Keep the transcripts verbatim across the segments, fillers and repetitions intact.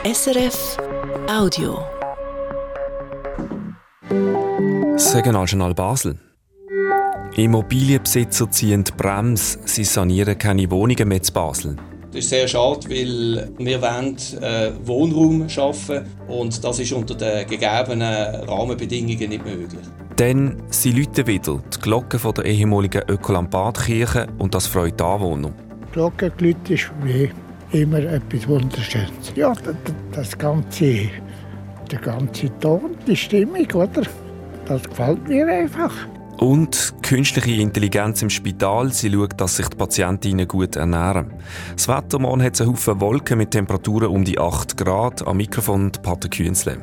S R F Audio. Das Regionaljournal Basel. Immobilienbesitzer ziehen die Bremse, sie sanieren keine Wohnungen mehr in Basel. Das ist sehr schade, weil wir wollen äh, Wohnraum schaffen und das ist unter den gegebenen Rahmenbedingungen nicht möglich. Dann sie läuten wieder die Glocken von der ehemaligen Ökoland-Badkirche und das freut die Anwohner. Die Glockengeläute ist wie immer etwas Wunderschönes. Ja, das ganze, der ganze Ton, die Stimmung, oder? Das gefällt mir einfach. Und künstliche Intelligenz im Spital, sie schaut, dass sich die Patientinnen gut ernähren. Das Wettermann hat einen Haufen Wolken mit Temperaturen um die acht Grad. Am Mikrofon Pater Künzle.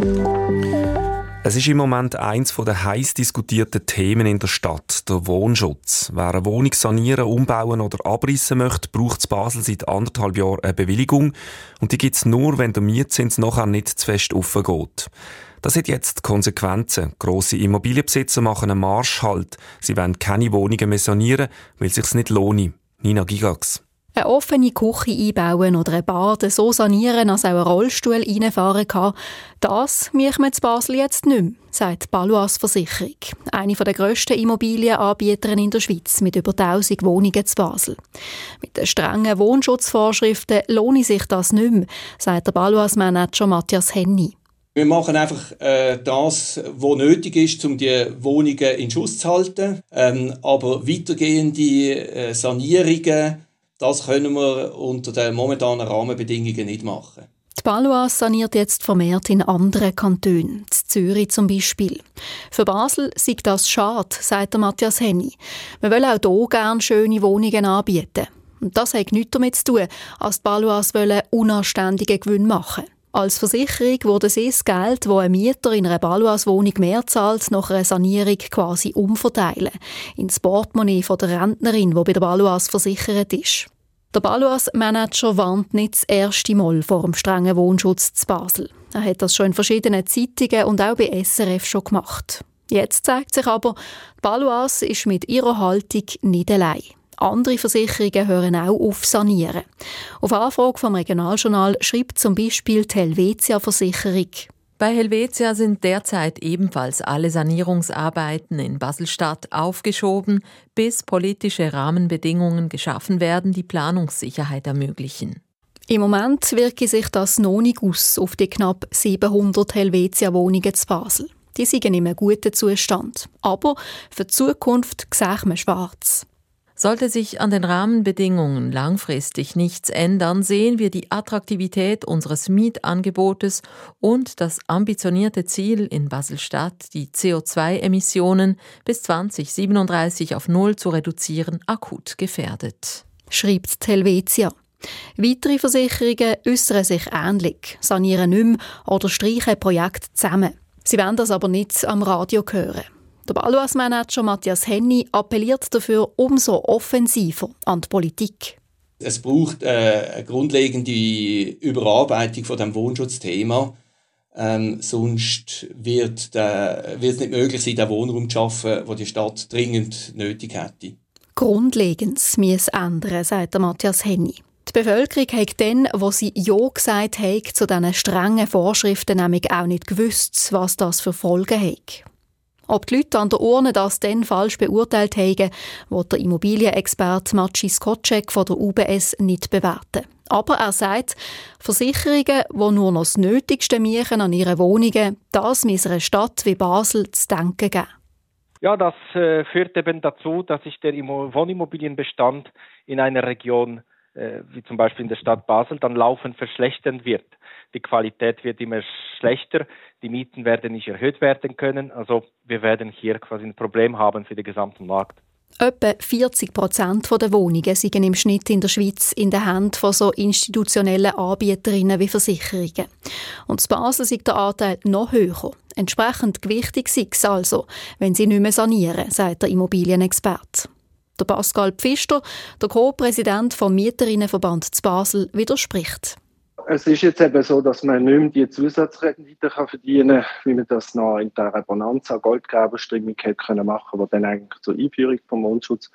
Es ist im Moment eines der heiß diskutierten Themen in der Stadt, der Wohnschutz. Wer eine Wohnung sanieren, umbauen oder abrissen möchte, braucht in Basel seit anderthalb Jahren eine Bewilligung. Und die gibt es nur, wenn der Mietzins nachher nicht zu fest offen geht. Das hat jetzt Konsequenzen. Grosse Immobilienbesitzer machen einen Marschhalt. Sie wollen keine Wohnungen mehr sanieren, weil es sich nicht lohnt. Nina Gigax. Eine offene Küche einbauen oder ein Bad so sanieren, dass auch ein Rollstuhl reinfahren kann, das machen wir in Basel jetzt nicht mehr, sagt die Baloise Versicherung, eine der grössten Immobilienanbieter in der Schweiz mit über tausend Wohnungen in Basel. Mit den strengen Wohnschutzvorschriften lohne sich das nicht mehr, sagt der Baloise-Manager Matthias Henny. Wir machen einfach äh, das, was nötig ist, um die Wohnungen in Schuss zu halten. Ähm, aber weitergehende äh, Sanierungen, das können wir unter den momentanen Rahmenbedingungen nicht machen. Die Baloise saniert jetzt vermehrt in anderen Kantonen, in Zürich zum Beispiel. Für Basel sei das schade, sagt der Matthias Henny. Wir wollen auch hier gerne schöne Wohnungen anbieten. Und das hat nichts damit zu tun, als die Baloise unanständige Gewinn machen. Als Versicherung würde sie das Geld, das ein Mieter in einer Baloise-Wohnung mehr zahlt, nach einer Sanierung quasi umverteilen. Ins Portemonnaie von der Rentnerin, die bei der Baloise versichert ist. Der Baloise-Manager warnt nicht das erste Mal vor dem strengen Wohnschutz zu Basel. Er hat das schon in verschiedenen Zeitungen und auch bei S R F schon gemacht. Jetzt zeigt sich aber, die Baloise ist mit ihrer Haltung nicht allein. Andere Versicherungen hören auch auf sanieren. Auf Anfrage vom Regionaljournal schreibt zum Beispiel die Helvetia-Versicherung: Bei Helvetia sind derzeit ebenfalls alle Sanierungsarbeiten in Basel-Stadt aufgeschoben, bis politische Rahmenbedingungen geschaffen werden, die Planungssicherheit ermöglichen. Im Moment wirke sich das noch nicht aus auf die knapp siebenhundert Helvetia-Wohnungen zu Basel. Die sind in einem guten Zustand. Aber für die Zukunft sieht man schwarz. Sollte sich an den Rahmenbedingungen langfristig nichts ändern, sehen wir die Attraktivität unseres Mietangebotes und das ambitionierte Ziel in Basel-Stadt, die C O zwei Emissionen bis zwanzig siebenunddreißig auf Null zu reduzieren, akut gefährdet. Schreibt die Helvetia. Weitere Versicherungen äußern sich ähnlich, sanieren nicht mehr oder streichen Projekte zusammen. Sie wollen das aber nicht am Radio hören. Der Baloise-Manager Matthias Henny appelliert dafür umso offensiver an die Politik. Es braucht äh, eine grundlegende Überarbeitung von dem Wohnschutzthema. Ähm, sonst wird es nicht möglich sein, den Wohnraum zu schaffen, den die Stadt dringend nötig hätte. Grundlegendes muss ändern, sagt der Matthias Henny. Die Bevölkerung hat dann, wo sie Ja gesagt hat, zu diesen strengen Vorschriften nämlich auch nicht gewusst, was das für Folgen hat. Ob die Leute an der Urne das dann falsch beurteilt haben, will der Immobilienexperte Maciej Skocek von der U B S nicht bewerten. Aber er sagt, Versicherungen, die nur noch das Nötigste machen an ihren Wohnungen, das muss einer Stadt wie Basel zu denken geben. Ja, das äh, führt eben dazu, dass sich der Immo- Wohnimmobilienbestand in einer Region, äh, wie zum Beispiel in der Stadt Basel, dann laufend verschlechtern wird. Die Qualität wird immer schlechter, die Mieten werden nicht erhöht werden können. Also wir werden hier quasi ein Problem haben für den gesamten Markt. Etwa vierzig Prozent der Wohnungen sind im Schnitt in der Schweiz in den Händen von so institutionellen Anbieterinnen wie Versicherungen. Und in Basel ist der Anteil noch höher. Entsprechend gewichtig ist es also, wenn sie nicht mehr sanieren, sagt der Immobilienexperte. Der Pascal Pfister, der Co-Präsident vom Mieterinnenverband zu Basel, widerspricht. Es ist jetzt eben so, dass man nicht mehr die Zusatzrendite verdienen kann, wie man das noch in der Bonanza Goldgräberstimmung hätte können machen, die dann eigentlich zur Einführung vom Wohnschutz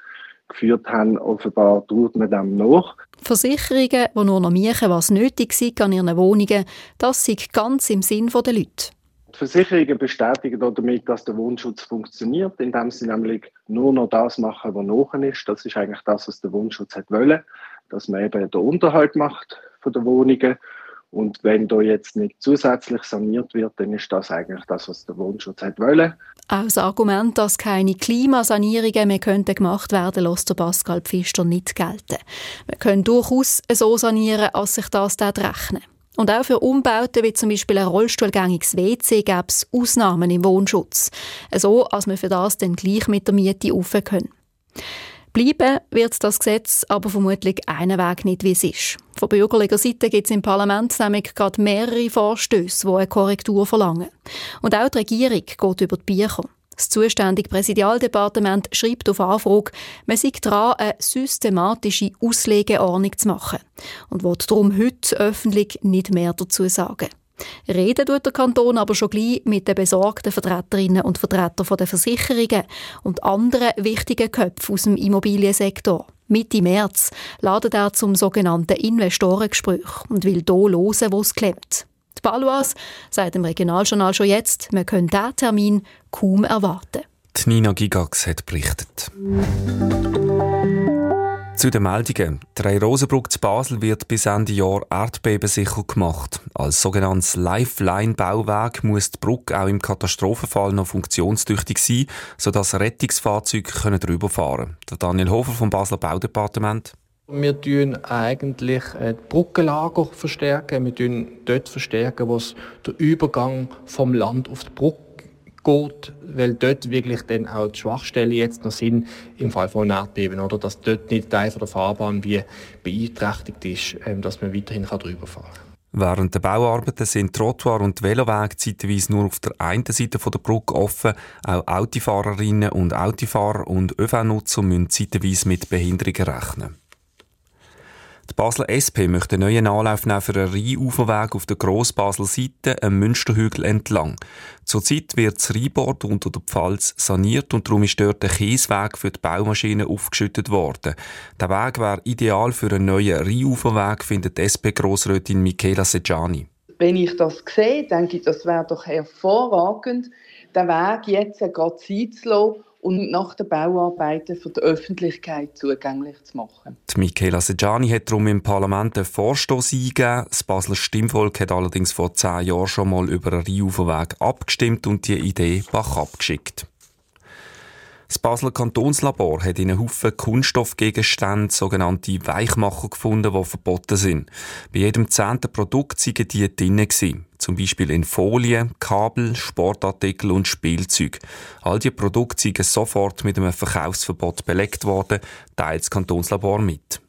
geführt haben. Offenbar tut man dem nach. Versicherungen, die nur noch machen, was nötig ist an ihren Wohnungen, das ist ganz im Sinn der Leute. Die Versicherungen bestätigen damit, dass der Wohnschutz funktioniert, indem sie nämlich nur noch das machen, was nachher ist. Das ist eigentlich das, was der Wohnschutz wollte, dass man eben den Unterhalt macht von den Wohnungen. Und wenn da jetzt nicht zusätzlich saniert wird, dann ist das eigentlich das, was der Wohnschutz wollte. Auch das Argument, dass keine Klimasanierungen mehr könnten gemacht werden, lässt der Pascal Pfister nicht gelten. Wir können durchaus so sanieren, als sich das rechnen. Und auch für Umbauten wie zum Beispiel ein rollstuhlgängiges W C gäbe es Ausnahmen im Wohnschutz. So, als wir für das dann gleich mit der Miete rauf können. Bleiben wird das Gesetz aber vermutlich einen Weg nicht, wie es ist. Von bürgerlicher Seite gibt es im Parlament nämlich gerade mehrere Vorstösse, die eine Korrektur verlangen. Und auch die Regierung geht über die Bücher. Das zuständige Präsidialdepartement schreibt auf Anfrage, man sei dran, eine systematische Auslegeordnung zu machen und will darum heute öffentlich nicht mehr dazu sagen. Reden tut der Kanton aber schon gleich mit den besorgten Vertreterinnen und Vertretern der Versicherungen und anderen wichtigen Köpfen aus dem Immobiliensektor. Mitte März ladet er zum sogenannten Investorengespräch und will hier hören, wo es klemmt. Die Baloise sagt im Regionaljournal schon jetzt, man könne diesen Termin kaum erwarten. Die Nina Gigax hat berichtet. Zu den Meldungen. Die Drei-Rosenbrücke zu Basel wird bis Ende Jahr erdbebensicher gemacht. Als sogenanntes Lifeline-Bauwerk muss die Brücke auch im Katastrophenfall noch funktionstüchtig sein, sodass Rettungsfahrzeuge drüber fahren können. Daniel Hofer vom Basler Baudepartement. Wir verstärken eigentlich die Brückenlager. Verstärken. Wir verstärken dort, verstärken, wo es der Übergang vom Land auf die Brücke geht, weil dort wirklich dann auch die Schwachstellen jetzt noch sind im Fall von Erdbeben, oder dass dort nicht Teil der Fahrbahn wie beeinträchtigt ist, dass man weiterhin drüber fahren kann. Während der Bauarbeiten sind Trottoir und Velowege zeitweise nur auf der einen Seite der Brücke offen. Auch Autofahrerinnen und Autofahrer und ÖV-Nutzer müssen zeitweise mit Behinderungen rechnen. Die Basler S P möchte einen neuen Anlauf nehmen für einen Rheinuferweg auf der Grossbasler Seite am Münsterhügel entlang. Zurzeit wird das Rheinbord unter der Pfalz saniert und darum ist dort der Kiesweg für die Baumaschinen aufgeschüttet worden. Der Weg wäre ideal für einen neuen Rheinuferweg, findet die S P-Grossrätin Michela Seggiani. Wenn ich das sehe, denke ich, das wäre doch hervorragend, den Weg jetzt gerade sein zu lassen und nach den Bauarbeiten für die Öffentlichkeit zugänglich zu machen. Die Michela Seggiani hat darum im Parlament einen Vorstoss eingegeben. Das Basler Stimmvolk hat allerdings vor zehn Jahren schon mal über einen Rheinuferweg abgestimmt und die Idee bach abgeschickt. Das Basler Kantonslabor hat in einem Haufen Kunststoffgegenstände sogenannte Weichmacher gefunden, die verboten sind. Bei jedem zehnten Produkt waren die drin. Zum Beispiel in Folien, Kabel, Sportartikel und Spielzeug. All diese Produkte sind sofort mit einem Verkaufsverbot belegt worden, teilt das Kantonslabor mit.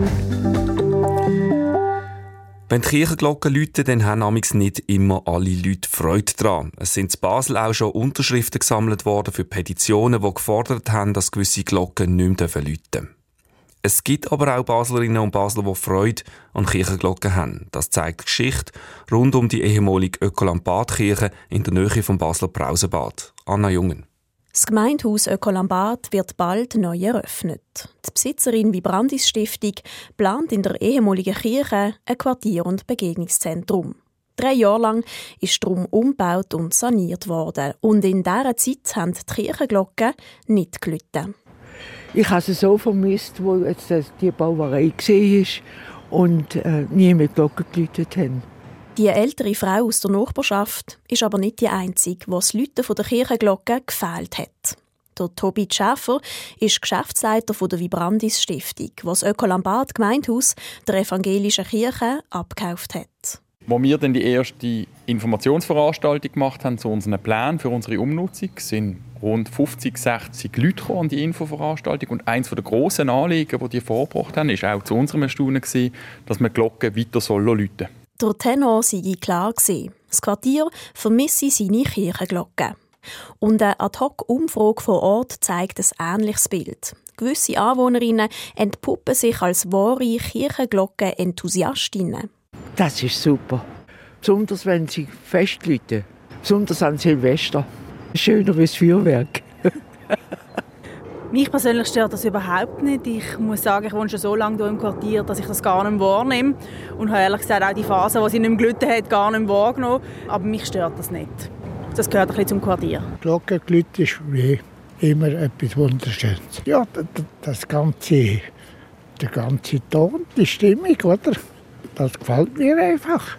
Wenn die Kirchenglocken läuten, dann haben amigs nicht immer alle Leute Freude daran. Es sind in Basel auch schon Unterschriften gesammelt worden für Petitionen, die gefordert haben, dass gewisse Glocken nicht mehr läuten dürfen. Es gibt aber auch Baslerinnen und Basler, die Freude an Kirchenglocken haben. Das zeigt die Geschichte rund um die ehemalige Ökolambatkirche in der Nähe vom Basler Brausenbad. Anna Jungen. Das Gemeindehaus Ökolambad wird bald neu eröffnet. Die Besitzerin Vibrandis Stiftung plant in der ehemaligen Kirche ein Quartier- und Begegnungszentrum. Drei Jahre lang ist darum umgebaut und saniert worden. Und in dieser Zeit haben die Kirchenglocken nicht geläutet. Ich habe es so vermisst, wo jetzt die Bauerei war und äh, nie mit Glocken geläutet haben. Die ältere Frau aus der Nachbarschaft ist aber nicht die einzige, die das Läuten der Kirchenglocke gefehlt hat. Der Tobi Schäfer ist Geschäftsleiter der Vibrandis Stiftung, die das Ökolambad Gemeindehaus der evangelischen Kirche abgekauft hat. Wo wir dann die erste Informationsveranstaltung gemacht haben zu unseren Plänen für unsere Umnutzung, sind rund fünfzig, sechzig Leute gekommen an die Infoveranstaltung. Und eines der grossen Anliegen, die die vorgebracht haben, war auch zu unserem Erstaunen, dass man die Glocken weiter läuten soll. Der Tenor sei klar gewesen. Das Quartier vermisse seine Kirchenglocke. Und eine Ad-hoc-Umfrage vor Ort zeigt ein ähnliches Bild. Gewisse Anwohnerinnen entpuppen sich als wahre Kirchenglocke-Enthusiastinnen. Das ist super. Besonders wenn sie festläuten. Besonders an Silvester. Schöner als Feuerwerk. Mich persönlich stört das überhaupt nicht. Ich muss sagen, ich wohne schon so lange hier im Quartier, dass ich das gar nicht mehr wahrnehme. Und habe ehrlich gesagt auch die Phase, die sie nicht mehr gelitten hat, gar nicht mehr wahrgenommen. Aber mich stört das nicht. Das gehört ein bisschen zum Quartier. Glockengeläute ist für mich immer etwas Wunderschönes. Ja, das ganze, der ganze Ton, die Stimmung, oder? Das gefällt mir einfach.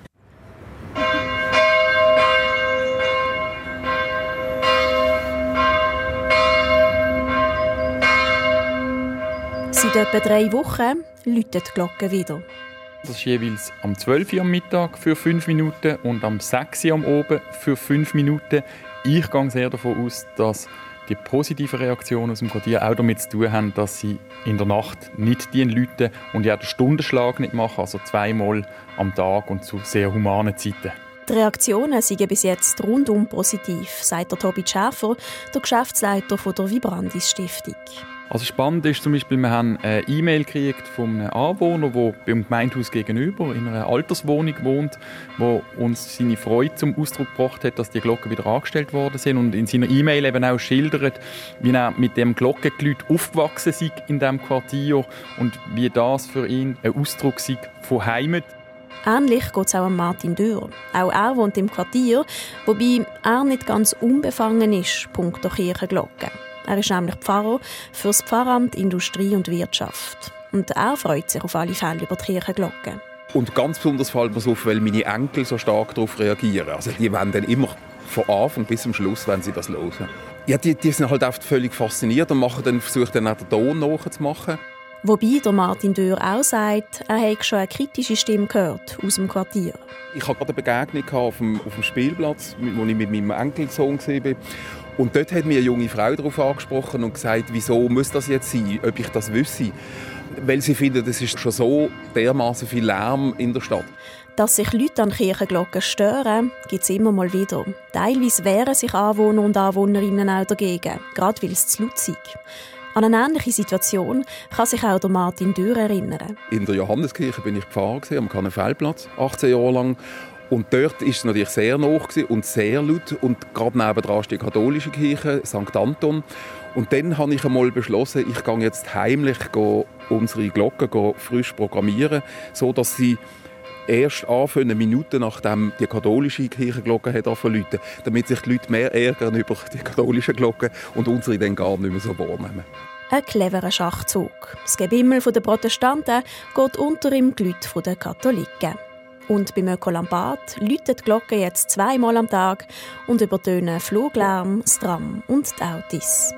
Seit etwa drei Wochen läutet die Glocke wieder. Das ist jeweils am zwölf Uhr am Mittag für fünf Minuten und am sechs Uhr am Abend für fünf Minuten. Ich gehe sehr davon aus, dass die positiven Reaktionen aus dem Quartier auch damit zu tun haben, dass sie in der Nacht nicht die läuten und ja den Stundenschlag nicht machen, also zweimal am Tag und zu sehr humanen Zeiten. Die Reaktionen sind bis jetzt rundum positiv, sagt der Tobi Schäfer, der Geschäftsleiter der Vibrandis Stiftung. Also spannend ist zum Beispiel, wir haben eine E-Mail gekriegt von einem Anwohner, der beim Gemeindehaus gegenüber in einer Alterswohnung wohnt, der uns seine Freude zum Ausdruck gebracht hat, dass die Glocken wieder angestellt worden sind und in seiner E-Mail eben auch schildert, wie er mit dem Glockengeläut aufgewachsen ist in diesem Quartier und wie das für ihn ein Ausdruck ist von Heimat. Ähnlich geht es auch an Martin Dürr. Auch er wohnt im Quartier, wobei er nicht ganz unbefangen ist, punkto Kirchenglocke. Er ist nämlich Pfarrer für das Pfarramt Industrie und Wirtschaft. Und er freut sich auf alle Fälle über die Kirchenglocke. Und ganz besonders fällt mir auf, weil meine Enkel so stark darauf reagieren. Also die wollen dann immer von Anfang bis zum Schluss, wenn sie das hören. Ja, die, die sind halt oft völlig fasziniert und machen dann, versuchen dann auch den Ton nachzumachen. Wobei der Martin Dürr auch sagt, er habe schon eine kritische Stimme gehört aus dem Quartier. Ich hatte gerade eine Begegnung auf dem, auf dem Spielplatz, wo ich mit meinem Enkelsohn war. Und dort hat mir eine junge Frau darauf angesprochen und gesagt, wieso muss das jetzt sein, ob ich das wüsste. Weil sie finden, es ist schon so dermaßen viel Lärm in der Stadt. Dass sich Leute an Kirchenglocken stören, gibt es immer mal wieder. Teilweise wehren sich Anwohner und Anwohnerinnen auch dagegen, gerade weil es zu laut sei. An eine ähnliche Situation kann sich auch der Martin Dürr erinnern. In der Johanneskirche bin ich Pfarrer am Kannenfeldplatz, achtzehn Jahre lang. Und dort war es natürlich sehr nah und sehr laut. Und gerade nebenan ist die katholische Kirche, Sankt Anton. Und dann habe ich einmal beschlossen, ich gehe jetzt heimlich unsere Glocken frisch programmieren, sodass sie erst anfangen, Minuten nachdem die katholische Kirchenglocke angefangen hat, damit sich die Leute mehr ärgern über die katholischen Glocken und unsere dann gar nicht mehr so wahrnehmen. Ein cleverer Schachzug. Das Gebimmel der Protestanten geht unter im Geläut der Katholiken. Und beim Ökolambat läutet die Glocke jetzt zweimal am Tag und übertönen Fluglärm, das Tram und die Autos.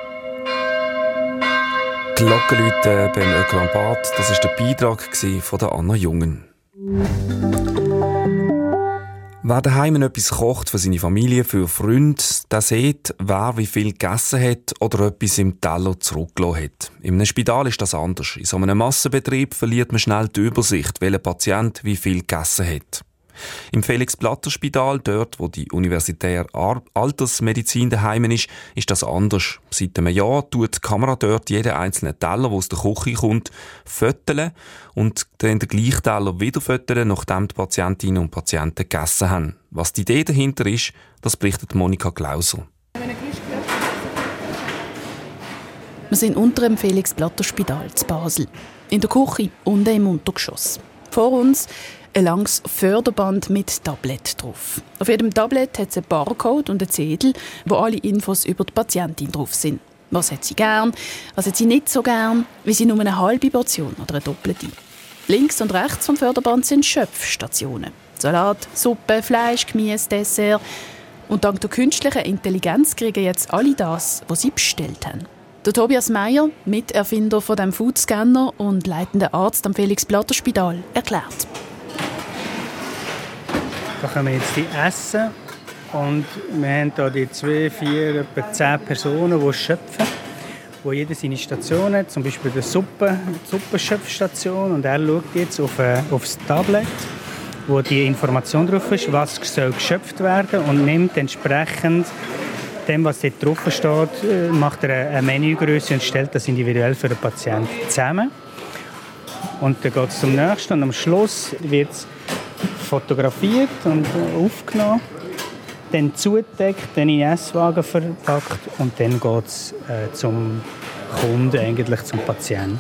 Glockenläuten beim Ökolambat, das war der Beitrag von der Anna Jungen. Wer daheim etwas kocht für seine Familie, für Freunde, der sieht, wer wie viel gegessen hat oder etwas im Teller zurückgelassen hat. In einem Spital ist das anders. In so einem Massenbetrieb verliert man schnell die Übersicht, welcher Patient wie viel gegessen hat. Im Felix-Platter-Spital, dort wo die universitäre Altersmedizin daheim ist, ist das anders. Seit einem Jahr tut die Kamera dort jeden einzelnen Teller, der aus der Küche kommt, föteln und dann den gleichen Teller wieder föteln, nachdem die Patientinnen und Patienten gegessen haben. Was die Idee dahinter ist, das berichtet Monika Glauser. Wir sind unter dem Felix-Platter-Spital in Basel. In der Küche, unten im Untergeschoss. Vor uns ein langes Förderband mit Tablet drauf. Auf jedem Tablet hat es einen Barcode und einen Zettel, wo alle Infos über die Patientin drauf sind. Was hat sie gern, was hat sie nicht so gern, wie sie nur eine halbe Portion oder eine doppelte. Links und rechts vom Förderband sind Schöpfstationen. Salat, Suppe, Fleisch, Gemüse, Dessert. Und dank der künstlichen Intelligenz kriegen jetzt alle das, was sie bestellt haben. Der Tobias Meyer, Miterfinder von dem Foodscanner und leitender Arzt am Felix-Platter-Spital, erklärt. Da können wir jetzt die essen und wir haben hier die zwei, vier, etwa zehn Personen, die schöpfen, wo jeder seine Station hat, zum Beispiel die Suppe, die Suppenschöpfstation, und er schaut jetzt auf, äh, auf das Tablet, wo die Information drauf ist, was soll geschöpft werden, und nimmt entsprechend dem, was dort drauf steht, macht er eine Menügröße und stellt das individuell für den Patienten zusammen. Und dann geht es zum nächsten und am Schluss wird es fotografiert und aufgenommen, dann zugedeckt, dann in den Esswagen verpackt und dann geht es äh, zum Kunde eigentlich zum Patienten.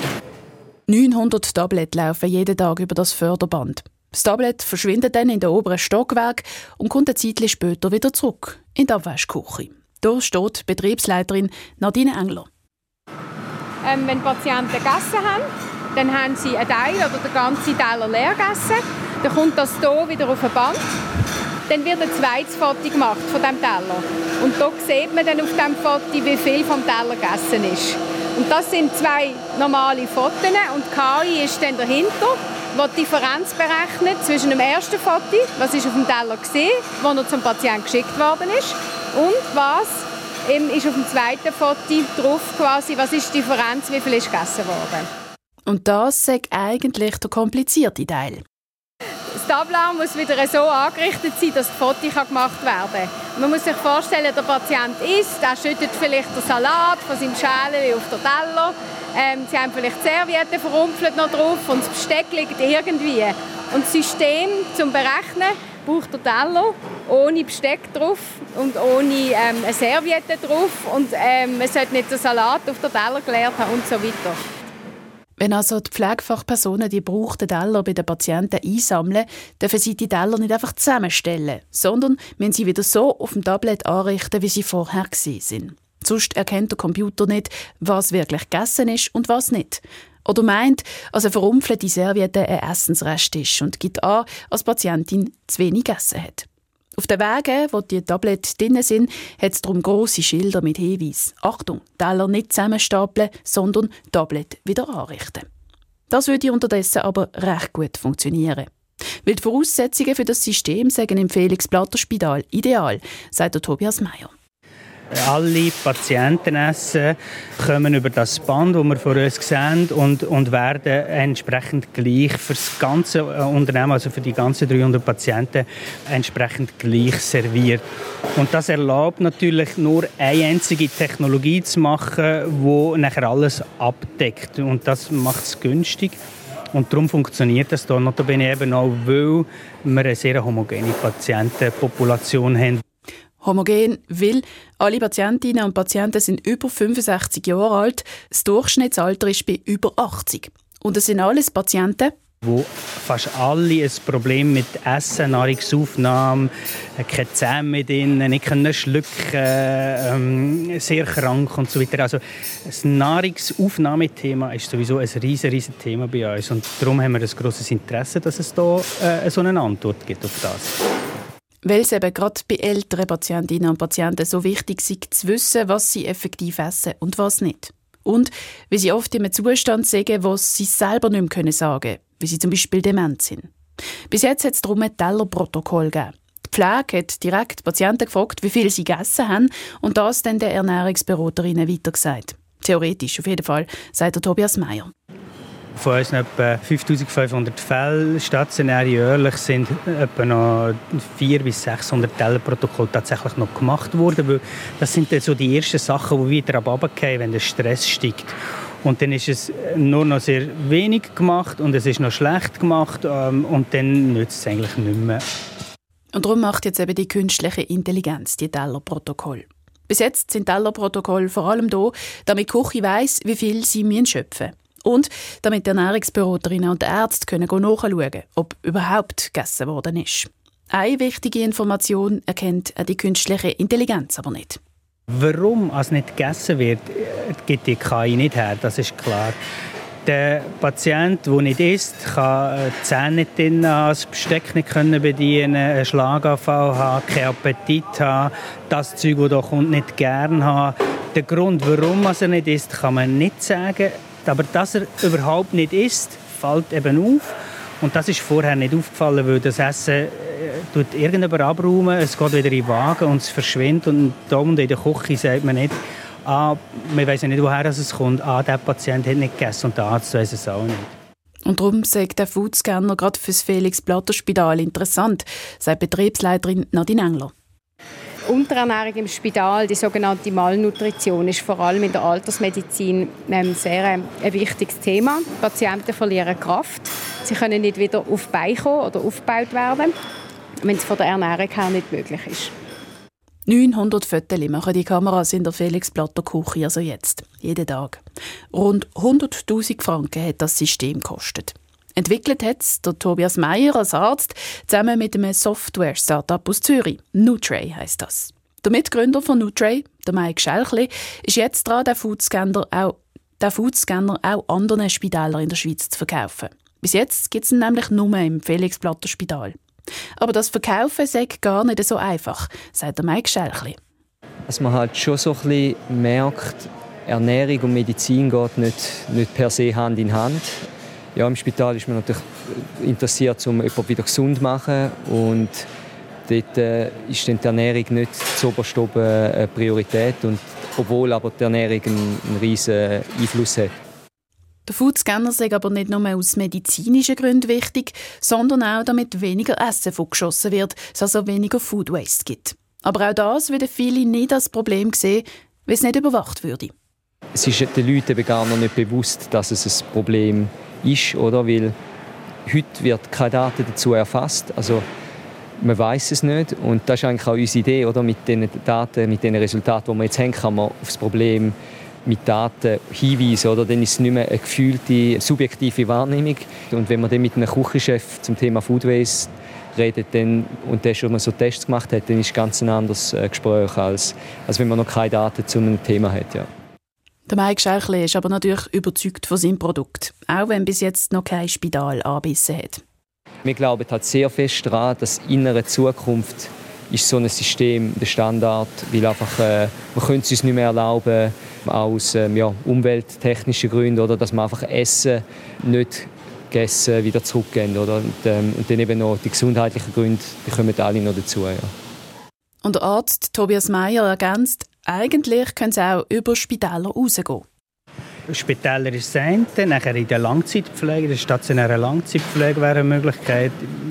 neunhundert Tabletten laufen jeden Tag über das Förderband. Das Tablet verschwindet dann in den oberen Stockwerk und kommt ein Zeitchen später wieder zurück in die Abwaschküche. Da steht die Betriebsleiterin Nadine Engler. Ähm, wenn Patienten gegessen haben, dann haben sie einen Teil oder den ganzen Teller leer gegessen. Dann kommt das hier wieder auf ein Band. Dann wird ein zweites Foto gemacht von diesem Teller. Und da sieht man dann auf diesem Foto, wie viel vom Teller gegessen ist. Und das sind zwei normale Fotos und K I ist dann dahinter, die die Differenz berechnet zwischen dem ersten Foto, was ist auf dem Teller gesehen, wo er zum Patienten geschickt worden ist, und was eben ist auf dem zweiten Foto drauf, quasi, was ist die Differenz, wie viel ist gegessen worden. Und das ist eigentlich der komplizierte Teil. Das Tableau muss wieder so angerichtet sein, dass das Foto gemacht werden kann. Man muss sich vorstellen, der Patient isst, er schüttet vielleicht den Salat von seinem Schälchen auf den Teller. Ähm, sie haben vielleicht die Serviette verrumpelt noch drauf und das Besteck liegt irgendwie. Und das System zum Berechnen braucht der Teller ohne Besteck drauf und ohne ähm, eine Serviette drauf. Und ähm, man sollte nicht den Salat auf den Teller geleert haben und so weiter. Wenn also die Pflegefachpersonen die gebrauchten Teller bei den Patienten einsammeln, dürfen sie die Teller nicht einfach zusammenstellen, sondern müssen sie wieder so auf dem Tablet anrichten, wie sie vorher gewesen sind. Sonst erkennt der Computer nicht, was wirklich gegessen ist und was nicht. Oder meint, als eine verrumpfelte Serviette ein Essensrest ist und gibt an, als die Patientin zu wenig gegessen hat. Auf den Wegen, wo die Tabletten drin sind, hat es darum grosse Schilder mit Hinweis. Achtung, Teller nicht zusammenstapeln, sondern Tablet wieder anrichten. Das würde unterdessen aber recht gut funktionieren. Weil die Voraussetzungen für das System sagen im Felix-Platter-Spital ideal, sagt der Tobias Meyer. Alle Patientenessen kommen über das Band, das wir vor uns sehen, und, und werden entsprechend gleich für das ganze Unternehmen, also für die ganzen dreihundert Patienten, entsprechend gleich serviert. Und das erlaubt natürlich nur eine einzige Technologie zu machen, die nachher alles abdeckt. Und das macht es günstig. Und darum funktioniert das hier notabene eben auch, weil wir eine sehr homogene Patientenpopulation haben. Homogen, weil alle Patientinnen und Patienten sind über fünfundsechzig Jahre alt, das Durchschnittsalter ist bei über achtzig. Und es sind alles Patienten, wo fast alle ein Problem mit Essen, Nahrungsaufnahme, keine Zähne mehr drin, nicht können schlucken, ähm, sehr krank und so weiter. Also das Nahrungsaufnahmethema ist sowieso ein riesen, riesen Thema bei uns. Und darum haben wir ein grosses Interesse, dass es da äh, so eine Antwort gibt auf das. Weil es eben gerade bei älteren Patientinnen und Patienten so wichtig ist, zu wissen, was sie effektiv essen und was nicht. Und weil sie oft in einem Zustand sind, wo sie selber nicht mehr sagen können, wie sie zum Beispiel dement sind. Bis jetzt hat es darum ein Tellerprotokoll gegeben. Die Pflege hat direkt die Patienten gefragt, wie viel sie gegessen haben und das dann den Ernährungsberaterinnen weitergesagt. Theoretisch auf jeden Fall, sagt der Tobias Meyer. Von uns etwa fünftausendfünfhundert Fälle stationär jährlich sind etwa noch vierhundert bis sechshundert Tellerprotokolle tatsächlich noch gemacht worden. Weil das sind dann so die ersten Sachen, die wieder runterfallen, wenn der Stress steigt. Und dann ist es nur noch sehr wenig gemacht und es ist noch schlecht gemacht und dann nützt es eigentlich nicht mehr. Und darum macht jetzt eben die künstliche Intelligenz die Tellerprotokolle. Bis jetzt sind Tellerprotokolle vor allem da, damit die Küche weiss, wie viel sie schöpfen müssen. Und damit die Ernährungsberaterinnen und Ärzte können nachschauen können, ob überhaupt gegessen worden ist. Eine wichtige Information erkennt die künstliche Intelligenz aber nicht. Warum es nicht gegessen wird, gibt die K I nicht her, das ist klar. Der Patient, der nicht isst, kann die Zähne nicht drin haben, das Besteck nicht bedienen, einen Schlaganfall haben, keinen Appetit haben, das Zeug, das da kommt, nicht gerne haben. Der Grund, warum er nicht isst, kann man nicht sagen. Aber dass er überhaupt nicht isst, fällt eben auf. Und das ist vorher nicht aufgefallen, weil das Essen äh, tut irgendjemand abräumen, es geht wieder in den Wagen und es verschwindet. Und da und in der Küche sagt man nicht, ah, man weiss ja nicht, woher es kommt, ah, der Patient hat nicht gegessen und der Arzt weiss es auch nicht. Und darum sagt der Foodscanner gerade für das Felix-Platter-Spital interessant, sagt Betriebsleiterin Nadine Engler. Unterernährung im Spital, die sogenannte Malnutrition, ist vor allem in der Altersmedizin ein sehr ein wichtiges Thema. Die Patienten verlieren Kraft. Sie können nicht wieder auf die Beine kommen oder aufgebaut werden, wenn es von der Ernährung her nicht möglich ist. neunhundert Fotos machen die Kameras in der Felix-Platter-Küche also jetzt, jeden Tag. Rund hunderttausend Franken hat das System gekostet. Entwickelt hat es der Tobias Meyer als Arzt zusammen mit einem Software-Startup aus Zürich. Nutray heisst das. Der Mitgründer von Nutray, der Mike Schelchli, ist jetzt dran, den Foodscanner auch, den Foodscanner auch anderen Spitälern in der Schweiz zu verkaufen. Bis jetzt gibt es ihn nämlich nur im Felix-Platter-Spital. Aber das Verkaufen sei gar nicht so einfach, sagt der Mike Schelchli. Dass man halt schon so ein bisschen merkt, Ernährung und Medizin geht nicht, nicht per se Hand in Hand. Ja, im Spital ist man natürlich interessiert, um jemanden wieder gesund zu machen. Und dort äh, ist die Ernährung nicht zuoberst oben eine Priorität. Und obwohl aber die Ernährung einen, einen riesen Einfluss hat. Der Foodscanner ist aber nicht nur aus medizinischen Gründen wichtig, sondern auch, damit weniger Essen vorgeschossen wird, es also weniger Food Waste gibt. Aber auch das würden viele nicht als Problem sehen, weil es nicht überwacht würde. Es ist den Leuten eben gar noch nicht bewusst, dass es ein Problem ist, oder? Weil heute wird keine Daten dazu erfasst. Also man weiß es nicht. Und das ist eigentlich auch unsere Idee, oder? Mit den Daten, mit den Resultaten, die wir jetzt haben, kann man auf das Problem mit Daten hinweisen, oder? Dann ist es nicht mehr eine gefühlte, subjektive Wahrnehmung. Und wenn man dann mit einem Küchenchef zum Thema Food Waste redet dann, und der schon mal so Tests gemacht hat, dann ist es ganz ein anderes Gespräch, als, als wenn man noch keine Daten zu einem Thema hat. Ja. Der Mike Schelchli ist aber natürlich überzeugt von seinem Produkt, auch wenn bis jetzt noch kein Spital angebissen hat. Wir glauben halt sehr fest daran, dass in einer Zukunft ist so ein System der Standard, weil einfach, äh, man könnte es uns nicht mehr erlauben, aus ähm, ja, umwelttechnischen Gründen, oder, dass man einfach Essen nicht gegessen wieder zurückgeben. Oder? Und, ähm, und dann eben noch die gesundheitlichen Gründe, die kommen alle noch dazu. Ja. Und der Arzt Tobias Meyer ergänzt, eigentlich können es auch über Spitäler rausgehen. Spitäler ist das eine, nachher in der Langzeitpflege, der stationären Langzeitpflege wäre eine Möglichkeit.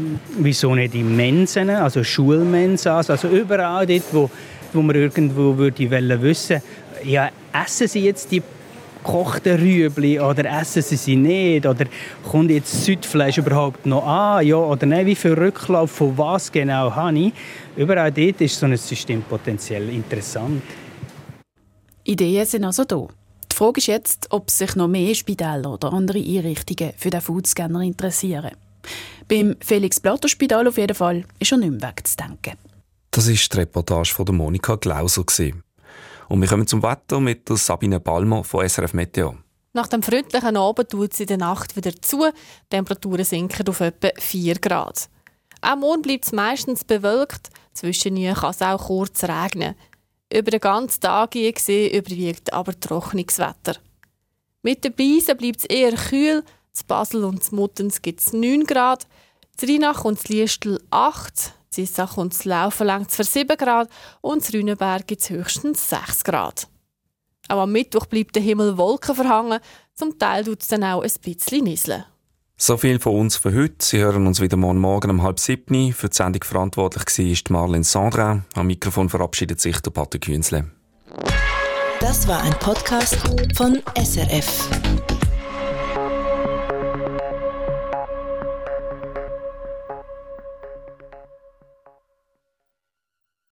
Wieso nicht in Mensen, also Schulmensen, also überall dort, wo, wo man irgendwo würde wissen, ja, essen Sie jetzt die gekochten Rüebli oder essen Sie sie nicht? Oder kommt jetzt das Südfleisch überhaupt noch an? Ja oder nein? Wie viel Rücklauf von was genau habe ich? Überall dort ist so ein System potenziell interessant. Ideen sind also da. Die Frage ist jetzt, ob sich noch mehr Spitäler oder andere Einrichtungen für den Foodscanner interessieren. Beim Felix-Platter-Spital auf jeden Fall ist er nicht mehr wegzudenken. Das war die Reportage von Monika Glauser. Und wir kommen zum Wetter mit der Sabine Balmer von S R F Meteo. Nach dem freundlichen Abend tut es in der Nacht wieder zu. Die Temperaturen sinken auf etwa vier Grad. Auch morgen bleibt es meistens bewölkt. Zwischendurch kann es auch kurz regnen. Über den ganzen Tag gesehen überwiegt aber trockenes Wetter. Mit den Breisen bleibt es eher kühl. In Basel und in Muttens gibt es neun Grad. In Rheinach und in Liestel acht. In Issach und in Laufen längt es für sieben Grad. Und in Rüneberg gibt es höchstens sechs Grad. Auch am Mittwoch bleibt der Himmel wolkenverhangen. Zum Teil tut es dann auch ein bisschen nieseln. So viel von uns für heute. Sie hören uns wieder morgen Morgen um halb sieben. Für die Sendung verantwortlich war Marlene Sandra. Am Mikrofon verabschiedet sich der Pater Künzle. Das war ein Podcast von S R F.